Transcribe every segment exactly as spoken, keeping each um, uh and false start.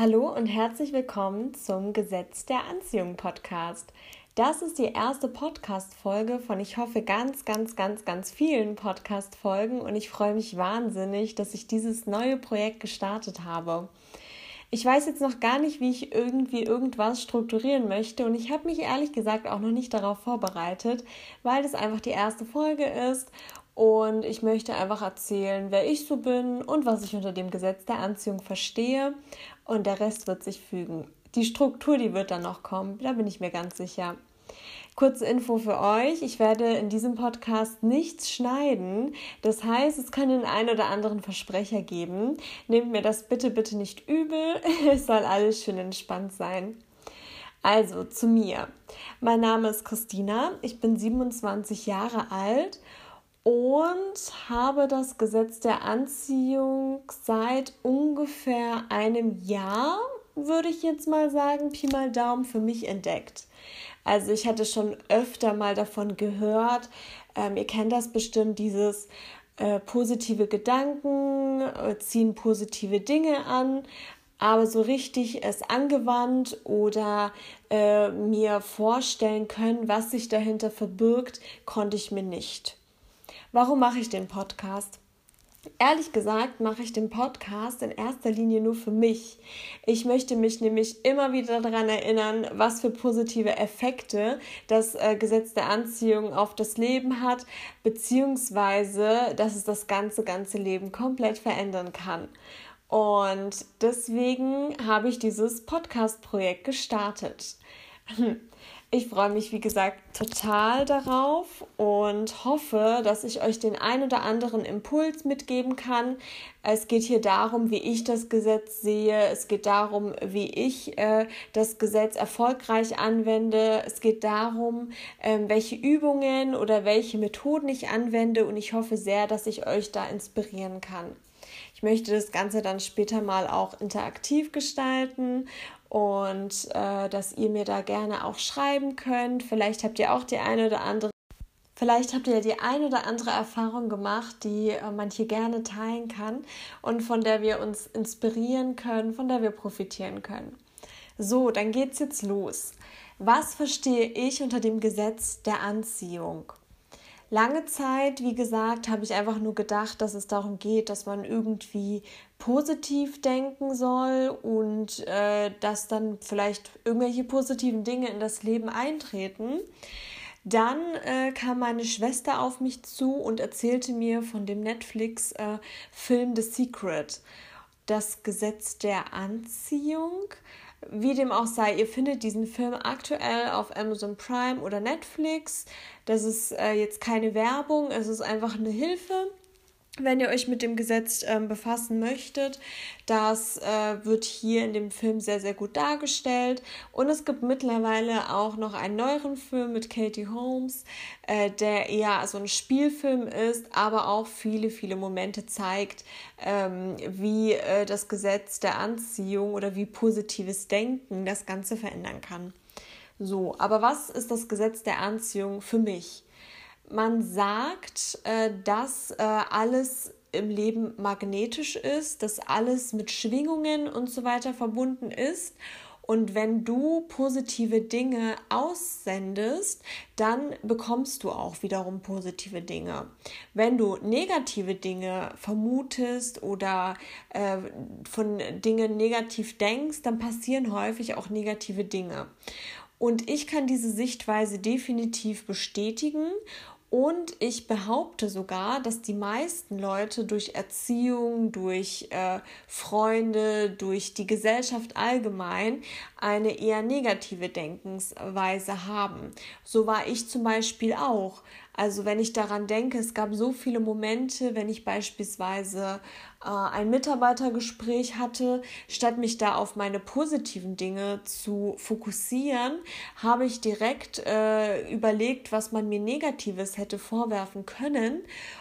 Hallo und herzlich willkommen zum Gesetz der Anziehung Podcast. Das ist die erste Podcast-Folge von, ich hoffe, ganz, ganz, ganz, ganz vielen Podcast-Folgen und ich freue mich wahnsinnig, dass ich dieses neue Projekt gestartet habe. Ich weiß jetzt noch gar nicht, wie ich irgendwie irgendwas strukturieren möchte und ich habe mich ehrlich gesagt auch noch nicht darauf vorbereitet, weil das einfach die erste Folge ist und ich möchte einfach erzählen, wer ich so bin und was ich unter dem Gesetz der Anziehung verstehe und der Rest wird sich fügen. Die Struktur, die wird dann noch kommen, da bin ich mir ganz sicher. Kurze Info für euch, ich werde in diesem Podcast nichts schneiden, das heißt, es kann den einen oder anderen Versprecher geben. Nehmt mir das bitte, bitte nicht übel, es soll alles schön entspannt sein. Also zu mir. Mein Name ist Christina, ich bin siebenundzwanzig Jahre alt und habe das Gesetz der Anziehung seit ungefähr einem Jahr, würde ich jetzt mal sagen, Pi mal Daumen, für mich entdeckt. Also ich hatte schon öfter mal davon gehört, ähm, ihr kennt das bestimmt, dieses äh, positive Gedanken äh, ziehen positive Dinge an, aber so richtig es angewandt oder äh, mir vorstellen können, was sich dahinter verbirgt, konnte ich mir nicht. Warum mache ich den Podcast? Ehrlich gesagt mache ich den Podcast in erster Linie nur für mich. Ich möchte mich nämlich immer wieder daran erinnern, was für positive Effekte das äh, Gesetz der Anziehung auf das Leben hat, beziehungsweise, dass es das ganze, ganze Leben komplett verändern kann. Und deswegen habe ich dieses Podcast-Projekt gestartet. Ich freue mich, wie gesagt, total darauf und hoffe, dass ich euch den ein oder anderen Impuls mitgeben kann. Es geht hier darum, wie ich das Gesetz sehe. Es geht darum, wie ich äh, das Gesetz erfolgreich anwende. Es geht darum, ähm, welche Übungen oder welche Methoden ich anwende. Und ich hoffe sehr, dass ich euch da inspirieren kann. Ich möchte das Ganze dann später mal auch interaktiv gestalten und äh, dass ihr mir da gerne auch schreiben könnt. Vielleicht habt ihr auch die eine oder andere, vielleicht habt ihr ja die eine oder andere Erfahrung gemacht, die äh, man hier gerne teilen kann und von der wir uns inspirieren können, von der wir profitieren können. So, dann geht's jetzt los. Was verstehe ich unter dem Gesetz der Anziehung? Lange Zeit, wie gesagt, habe ich einfach nur gedacht, dass es darum geht, dass man irgendwie positiv denken soll und äh, dass dann vielleicht irgendwelche positiven Dinge in das Leben eintreten. Dann äh, kam meine Schwester auf mich zu und erzählte mir von dem Netflix-Film äh, The Secret, das Gesetz der Anziehung. Wie dem auch sei, ihr findet diesen Film aktuell auf Amazon Prime oder Netflix. Das ist äh, jetzt keine Werbung, es ist einfach eine Hilfe, wenn ihr euch mit dem Gesetz ähm, befassen möchtet. Das äh, wird hier in dem Film sehr, sehr gut dargestellt. Und es gibt mittlerweile auch noch einen neueren Film mit Katie Holmes, äh, der eher so ein Spielfilm ist, aber auch viele, viele Momente zeigt, ähm, wie äh, das Gesetz der Anziehung oder wie positives Denken das Ganze verändern kann. So, aber was ist das Gesetz der Anziehung für mich? Man sagt, äh, dass äh, alles im Leben magnetisch ist, dass alles mit Schwingungen und so weiter verbunden ist. Und wenn du positive Dinge aussendest, dann bekommst du auch wiederum positive Dinge. Wenn du negative Dinge vermutest oder äh, von Dingen negativ denkst, dann passieren häufig auch negative Dinge. Und ich kann diese Sichtweise definitiv bestätigen. Und ich behaupte sogar, dass die meisten Leute durch Erziehung, durch äh, Freunde, durch die Gesellschaft allgemein eine eher negative Denkensweise haben. So war ich zum Beispiel auch. Also wenn ich daran denke, es gab so viele Momente, wenn ich beispielsweise äh, ein Mitarbeitergespräch hatte, statt mich da auf meine positiven Dinge zu fokussieren, habe ich direkt äh, überlegt, was man mir Negatives hätte vorwerfen können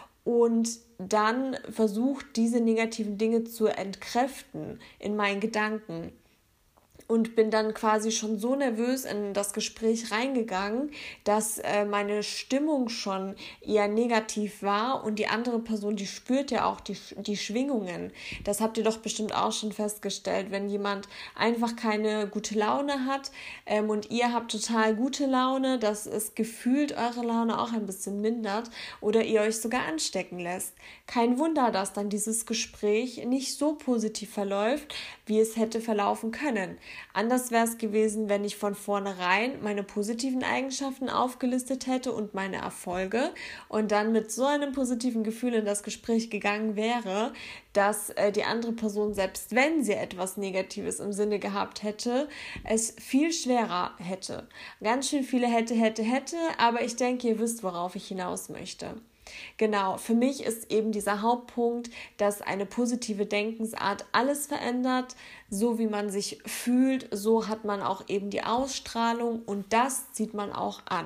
und dann versucht, diese negativen Dinge zu entkräften in meinen Gedanken. und bin dann quasi schon so nervös in das Gespräch reingegangen, dass äh, meine Stimmung schon eher negativ war und die andere Person, die spürt ja auch die, die Schwingungen. Das habt ihr doch bestimmt auch schon festgestellt, wenn jemand einfach keine gute Laune hat ähm, und ihr habt total gute Laune, dass es gefühlt eure Laune auch ein bisschen mindert oder ihr euch sogar anstecken lässt. Kein Wunder, dass dann dieses Gespräch nicht so positiv verläuft, wie es hätte verlaufen können. Anders wäre es gewesen, wenn ich von vornherein meine positiven Eigenschaften aufgelistet hätte und meine Erfolge und dann mit so einem positiven Gefühl in das Gespräch gegangen wäre, dass äh, die andere Person, selbst wenn sie etwas Negatives im Sinne gehabt hätte, es viel schwerer hätte. Ganz schön viele hätte, hätte, hätte, aber ich denke, ihr wisst, worauf ich hinaus möchte. Genau, für mich ist eben dieser Hauptpunkt, dass eine positive Denkensart alles verändert, so wie man sich fühlt, so hat man auch eben die Ausstrahlung und das zieht man auch an.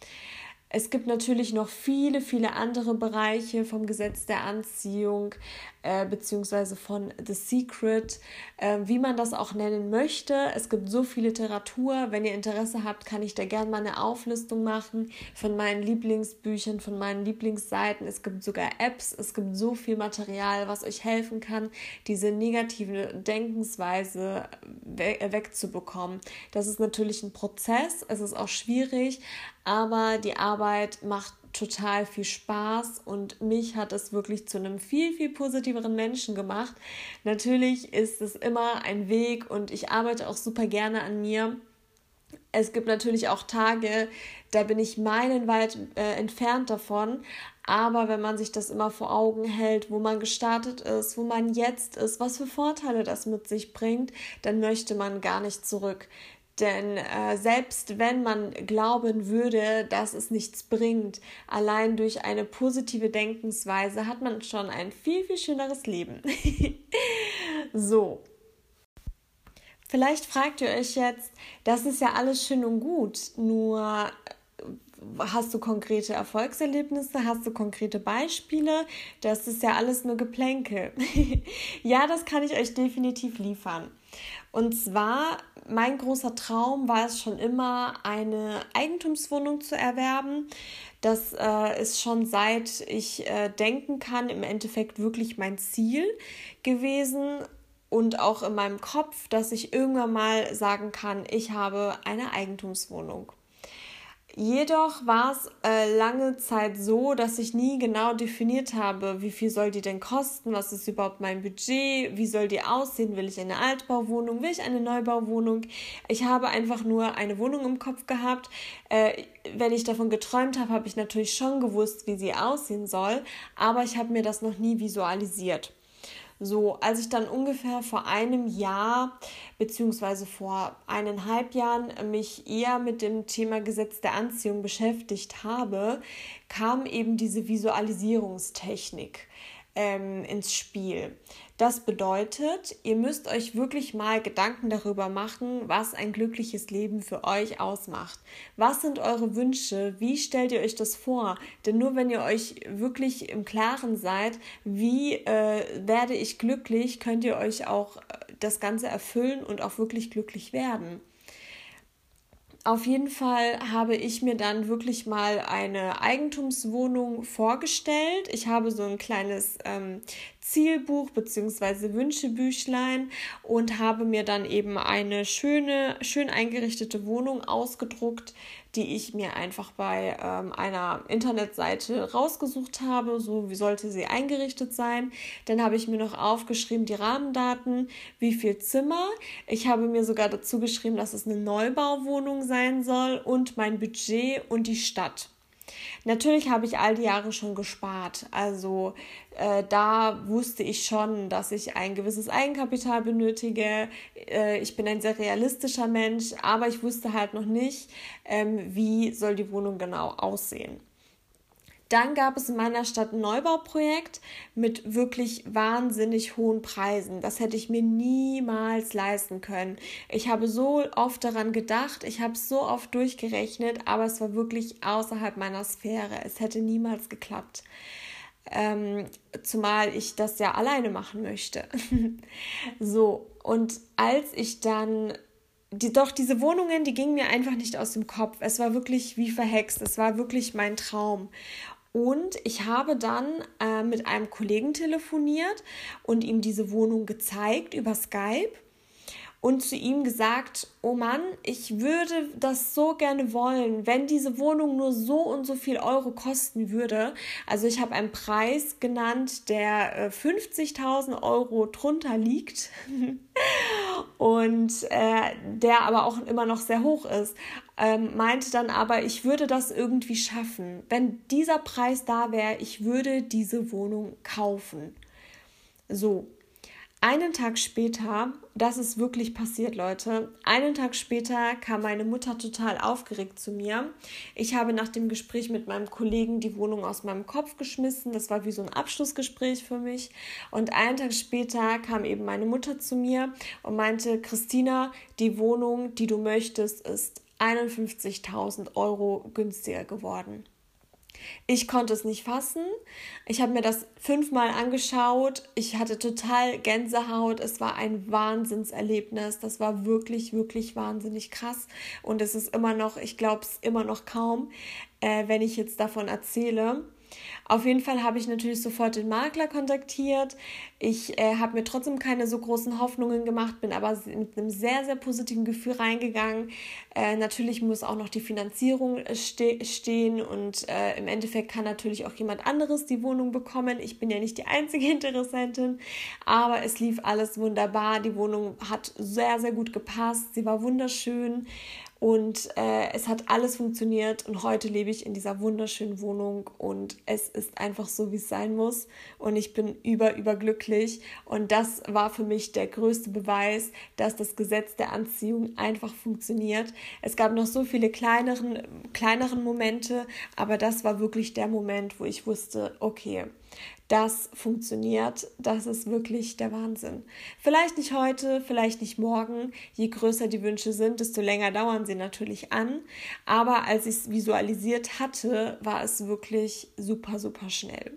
Es gibt natürlich noch viele, viele andere Bereiche vom Gesetz der Anziehung äh, beziehungsweise von The Secret, äh, wie man das auch nennen möchte. Es gibt so viel Literatur. Wenn ihr Interesse habt, kann ich da gerne mal eine Auflistung machen von meinen Lieblingsbüchern, von meinen Lieblingsseiten. Es gibt sogar Apps, es gibt so viel Material, was euch helfen kann, diese negative Denkensweise we- wegzubekommen. Das ist natürlich ein Prozess, es ist auch schwierig, aber die Arbeit macht total viel Spaß und mich hat es wirklich zu einem viel, viel positiveren Menschen gemacht. Natürlich ist es immer ein Weg und ich arbeite auch super gerne an mir. Es gibt natürlich auch Tage, da bin ich meilenweit äh, entfernt davon, aber wenn man sich das immer vor Augen hält, wo man gestartet ist, wo man jetzt ist, was für Vorteile das mit sich bringt, dann möchte man gar nicht zurück. Denn äh, selbst wenn man glauben würde, dass es nichts bringt, allein durch eine positive Denkensweise hat man schon ein viel, viel schöneres Leben. So. Vielleicht fragt ihr euch jetzt, das ist ja alles schön und gut, nur hast du konkrete Erfolgserlebnisse, hast du konkrete Beispiele? Das ist ja alles nur Geplänkel. Ja, das kann ich euch definitiv liefern. Und zwar, mein großer Traum war es schon immer, eine Eigentumswohnung zu erwerben. Das äh, ist schon seit ich äh, denken kann, im Endeffekt wirklich mein Ziel gewesen. Und auch in meinem Kopf, dass ich irgendwann mal sagen kann, ich habe eine Eigentumswohnung. Jedoch war es äh, lange Zeit so, dass ich nie genau definiert habe, wie viel soll die denn kosten, was ist überhaupt mein Budget, wie soll die aussehen, will ich eine Altbauwohnung, will ich eine Neubauwohnung. Ich habe einfach nur eine Wohnung im Kopf gehabt. Äh, wenn ich davon geträumt habe, habe ich natürlich schon gewusst, wie sie aussehen soll, aber ich habe mir das noch nie visualisiert. So, als ich dann ungefähr vor einem Jahr beziehungsweise vor eineinhalb Jahren mich eher mit dem Thema Gesetz der Anziehung beschäftigt habe, kam eben diese Visualisierungstechnik ähm, ins Spiel. Das bedeutet, ihr müsst euch wirklich mal Gedanken darüber machen, was ein glückliches Leben für euch ausmacht. Was sind eure Wünsche? Wie stellt ihr euch das vor? Denn nur wenn ihr euch wirklich im Klaren seid, wie äh, werde ich glücklich, könnt ihr euch auch das Ganze erfüllen und auch wirklich glücklich werden. Auf jeden Fall habe ich mir dann wirklich mal eine Eigentumswohnung vorgestellt. Ich habe so ein kleines ähm, Zielbuch bzw. Wünschebüchlein und habe mir dann eben eine schöne, schön eingerichtete Wohnung ausgedruckt, die ich mir einfach bei ähm, einer Internetseite rausgesucht habe, so wie sollte sie eingerichtet sein. Dann habe ich mir noch aufgeschrieben die Rahmendaten, wie viel Zimmer. Ich habe mir sogar dazu geschrieben, dass es eine Neubauwohnung sein soll und mein Budget und die Stadt. Natürlich habe ich all die Jahre schon gespart, also äh, da wusste ich schon, dass ich ein gewisses Eigenkapital benötige. Äh, ich bin ein sehr realistischer Mensch, aber ich wusste halt noch nicht, ähm, wie soll die Wohnung genau aussehen. Dann gab es in meiner Stadt ein Neubauprojekt mit wirklich wahnsinnig hohen Preisen. Das hätte ich mir niemals leisten können. Ich habe so oft daran gedacht, ich habe es so oft durchgerechnet, aber es war wirklich außerhalb meiner Sphäre. Es hätte niemals geklappt. Ähm, zumal ich das ja alleine machen möchte. So, und als ich dann die, doch diese Wohnungen, die gingen mir einfach nicht aus dem Kopf. Es war wirklich wie verhext. Es war wirklich mein Traum. Und ich habe dann äh, mit einem Kollegen telefoniert und ihm diese Wohnung gezeigt über Skype und zu ihm gesagt, oh Mann, ich würde das so gerne wollen, wenn diese Wohnung nur so und so viel Euro kosten würde. Also ich habe einen Preis genannt, der äh, fünfzigtausend Euro drunter liegt und äh, der aber auch immer noch sehr hoch ist. Ähm, meinte dann aber, ich würde das irgendwie schaffen. Wenn dieser Preis da wäre, ich würde diese Wohnung kaufen. So. Einen Tag später, das ist wirklich passiert, Leute, einen Tag später kam meine Mutter total aufgeregt zu mir. Ich habe nach dem Gespräch mit meinem Kollegen die Wohnung aus meinem Kopf geschmissen. Das war wie so ein Abschlussgespräch für mich. Und einen Tag später kam eben meine Mutter zu mir und meinte, Christina, die Wohnung, die du möchtest, ist einundfünfzigtausend Euro günstiger geworden. Ich konnte es nicht fassen. Ich habe mir das fünfmal angeschaut. Ich hatte total Gänsehaut. Es war ein Wahnsinnserlebnis. Das war wirklich, wirklich wahnsinnig krass. Und es ist immer noch, ich glaube es immer noch kaum, äh, wenn ich jetzt davon erzähle. Auf jeden Fall habe ich natürlich sofort den Makler kontaktiert. Ich äh, habe mir trotzdem keine so großen Hoffnungen gemacht, bin aber mit einem sehr, sehr positiven Gefühl reingegangen. Äh, natürlich muss auch noch die Finanzierung ste- stehen und äh, im Endeffekt kann natürlich auch jemand anderes die Wohnung bekommen. Ich bin ja nicht die einzige Interessentin, aber es lief alles wunderbar. Die Wohnung hat sehr, sehr gut gepasst. Sie war wunderschön. Und äh, es hat alles funktioniert und heute lebe ich in dieser wunderschönen Wohnung und es ist einfach so, wie es sein muss und ich bin über, überglücklich und das war für mich der größte Beweis, dass das Gesetz der Anziehung einfach funktioniert. Es gab noch so viele kleineren, kleineren Momente, aber das war wirklich der Moment, wo ich wusste, okay, das funktioniert, das ist wirklich der Wahnsinn. Vielleicht nicht heute, vielleicht nicht morgen. Je größer die Wünsche sind, desto länger dauern sie natürlich an. Aber als ich es visualisiert hatte, war es wirklich super, super schnell.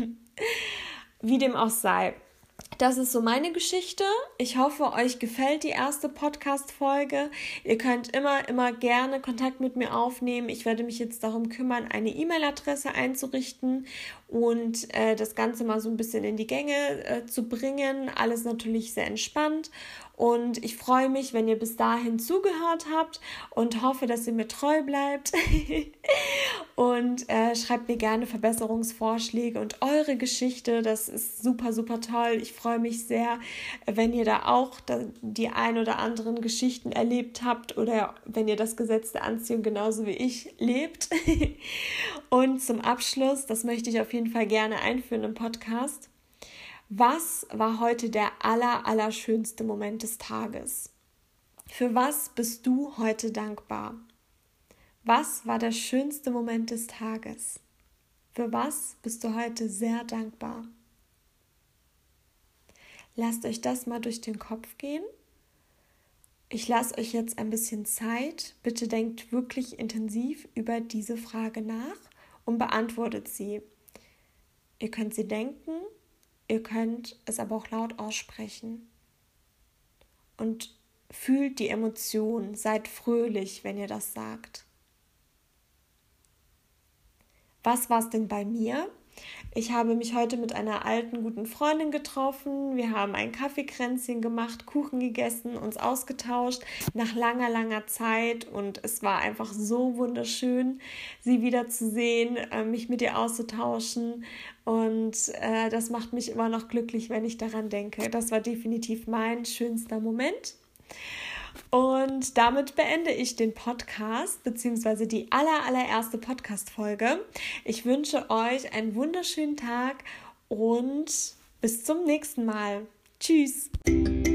Wie dem auch sei. Das ist so meine Geschichte. Ich hoffe, euch gefällt die erste Podcast-Folge. Ihr könnt immer, immer gerne Kontakt mit mir aufnehmen. Ich werde mich jetzt darum kümmern, eine E-Mail-Adresse einzurichten und äh, das Ganze mal so ein bisschen in die Gänge äh, zu bringen. Alles natürlich sehr entspannt. Und ich freue mich, wenn ihr bis dahin zugehört habt und hoffe, dass ihr mir treu bleibt. und äh, schreibt mir gerne Verbesserungsvorschläge und eure Geschichte. Das ist super, super toll. Ich freue mich sehr, wenn ihr da auch die ein oder anderen Geschichten erlebt habt oder wenn ihr das Gesetz der Anziehung genauso wie ich lebt. Und zum Abschluss, das möchte ich auf jeden Fall gerne einführen im Podcast. Was war heute der aller, aller schönste Moment des Tages? Für was bist du heute dankbar? Was war der schönste Moment des Tages? Für was bist du heute sehr dankbar? Lasst euch das mal durch den Kopf gehen. Ich lasse euch jetzt ein bisschen Zeit. Bitte denkt wirklich intensiv über diese Frage nach und beantwortet sie. Ihr könnt sie denken. Ihr könnt es aber auch laut aussprechen und fühlt die Emotion, seid fröhlich, wenn ihr das sagt. Was war es denn bei mir? Ich habe mich heute mit einer alten, guten Freundin getroffen. Wir haben ein Kaffeekränzchen gemacht, Kuchen gegessen, uns ausgetauscht nach langer, langer Zeit. Und es war einfach so wunderschön, sie wiederzusehen, mich mit ihr auszutauschen. Und äh, das macht mich immer noch glücklich, wenn ich daran denke. Das war definitiv mein schönster Moment. Und damit beende ich den Podcast, beziehungsweise die aller, allererste Podcast-Folge. Ich wünsche euch einen wunderschönen Tag und bis zum nächsten Mal. Tschüss!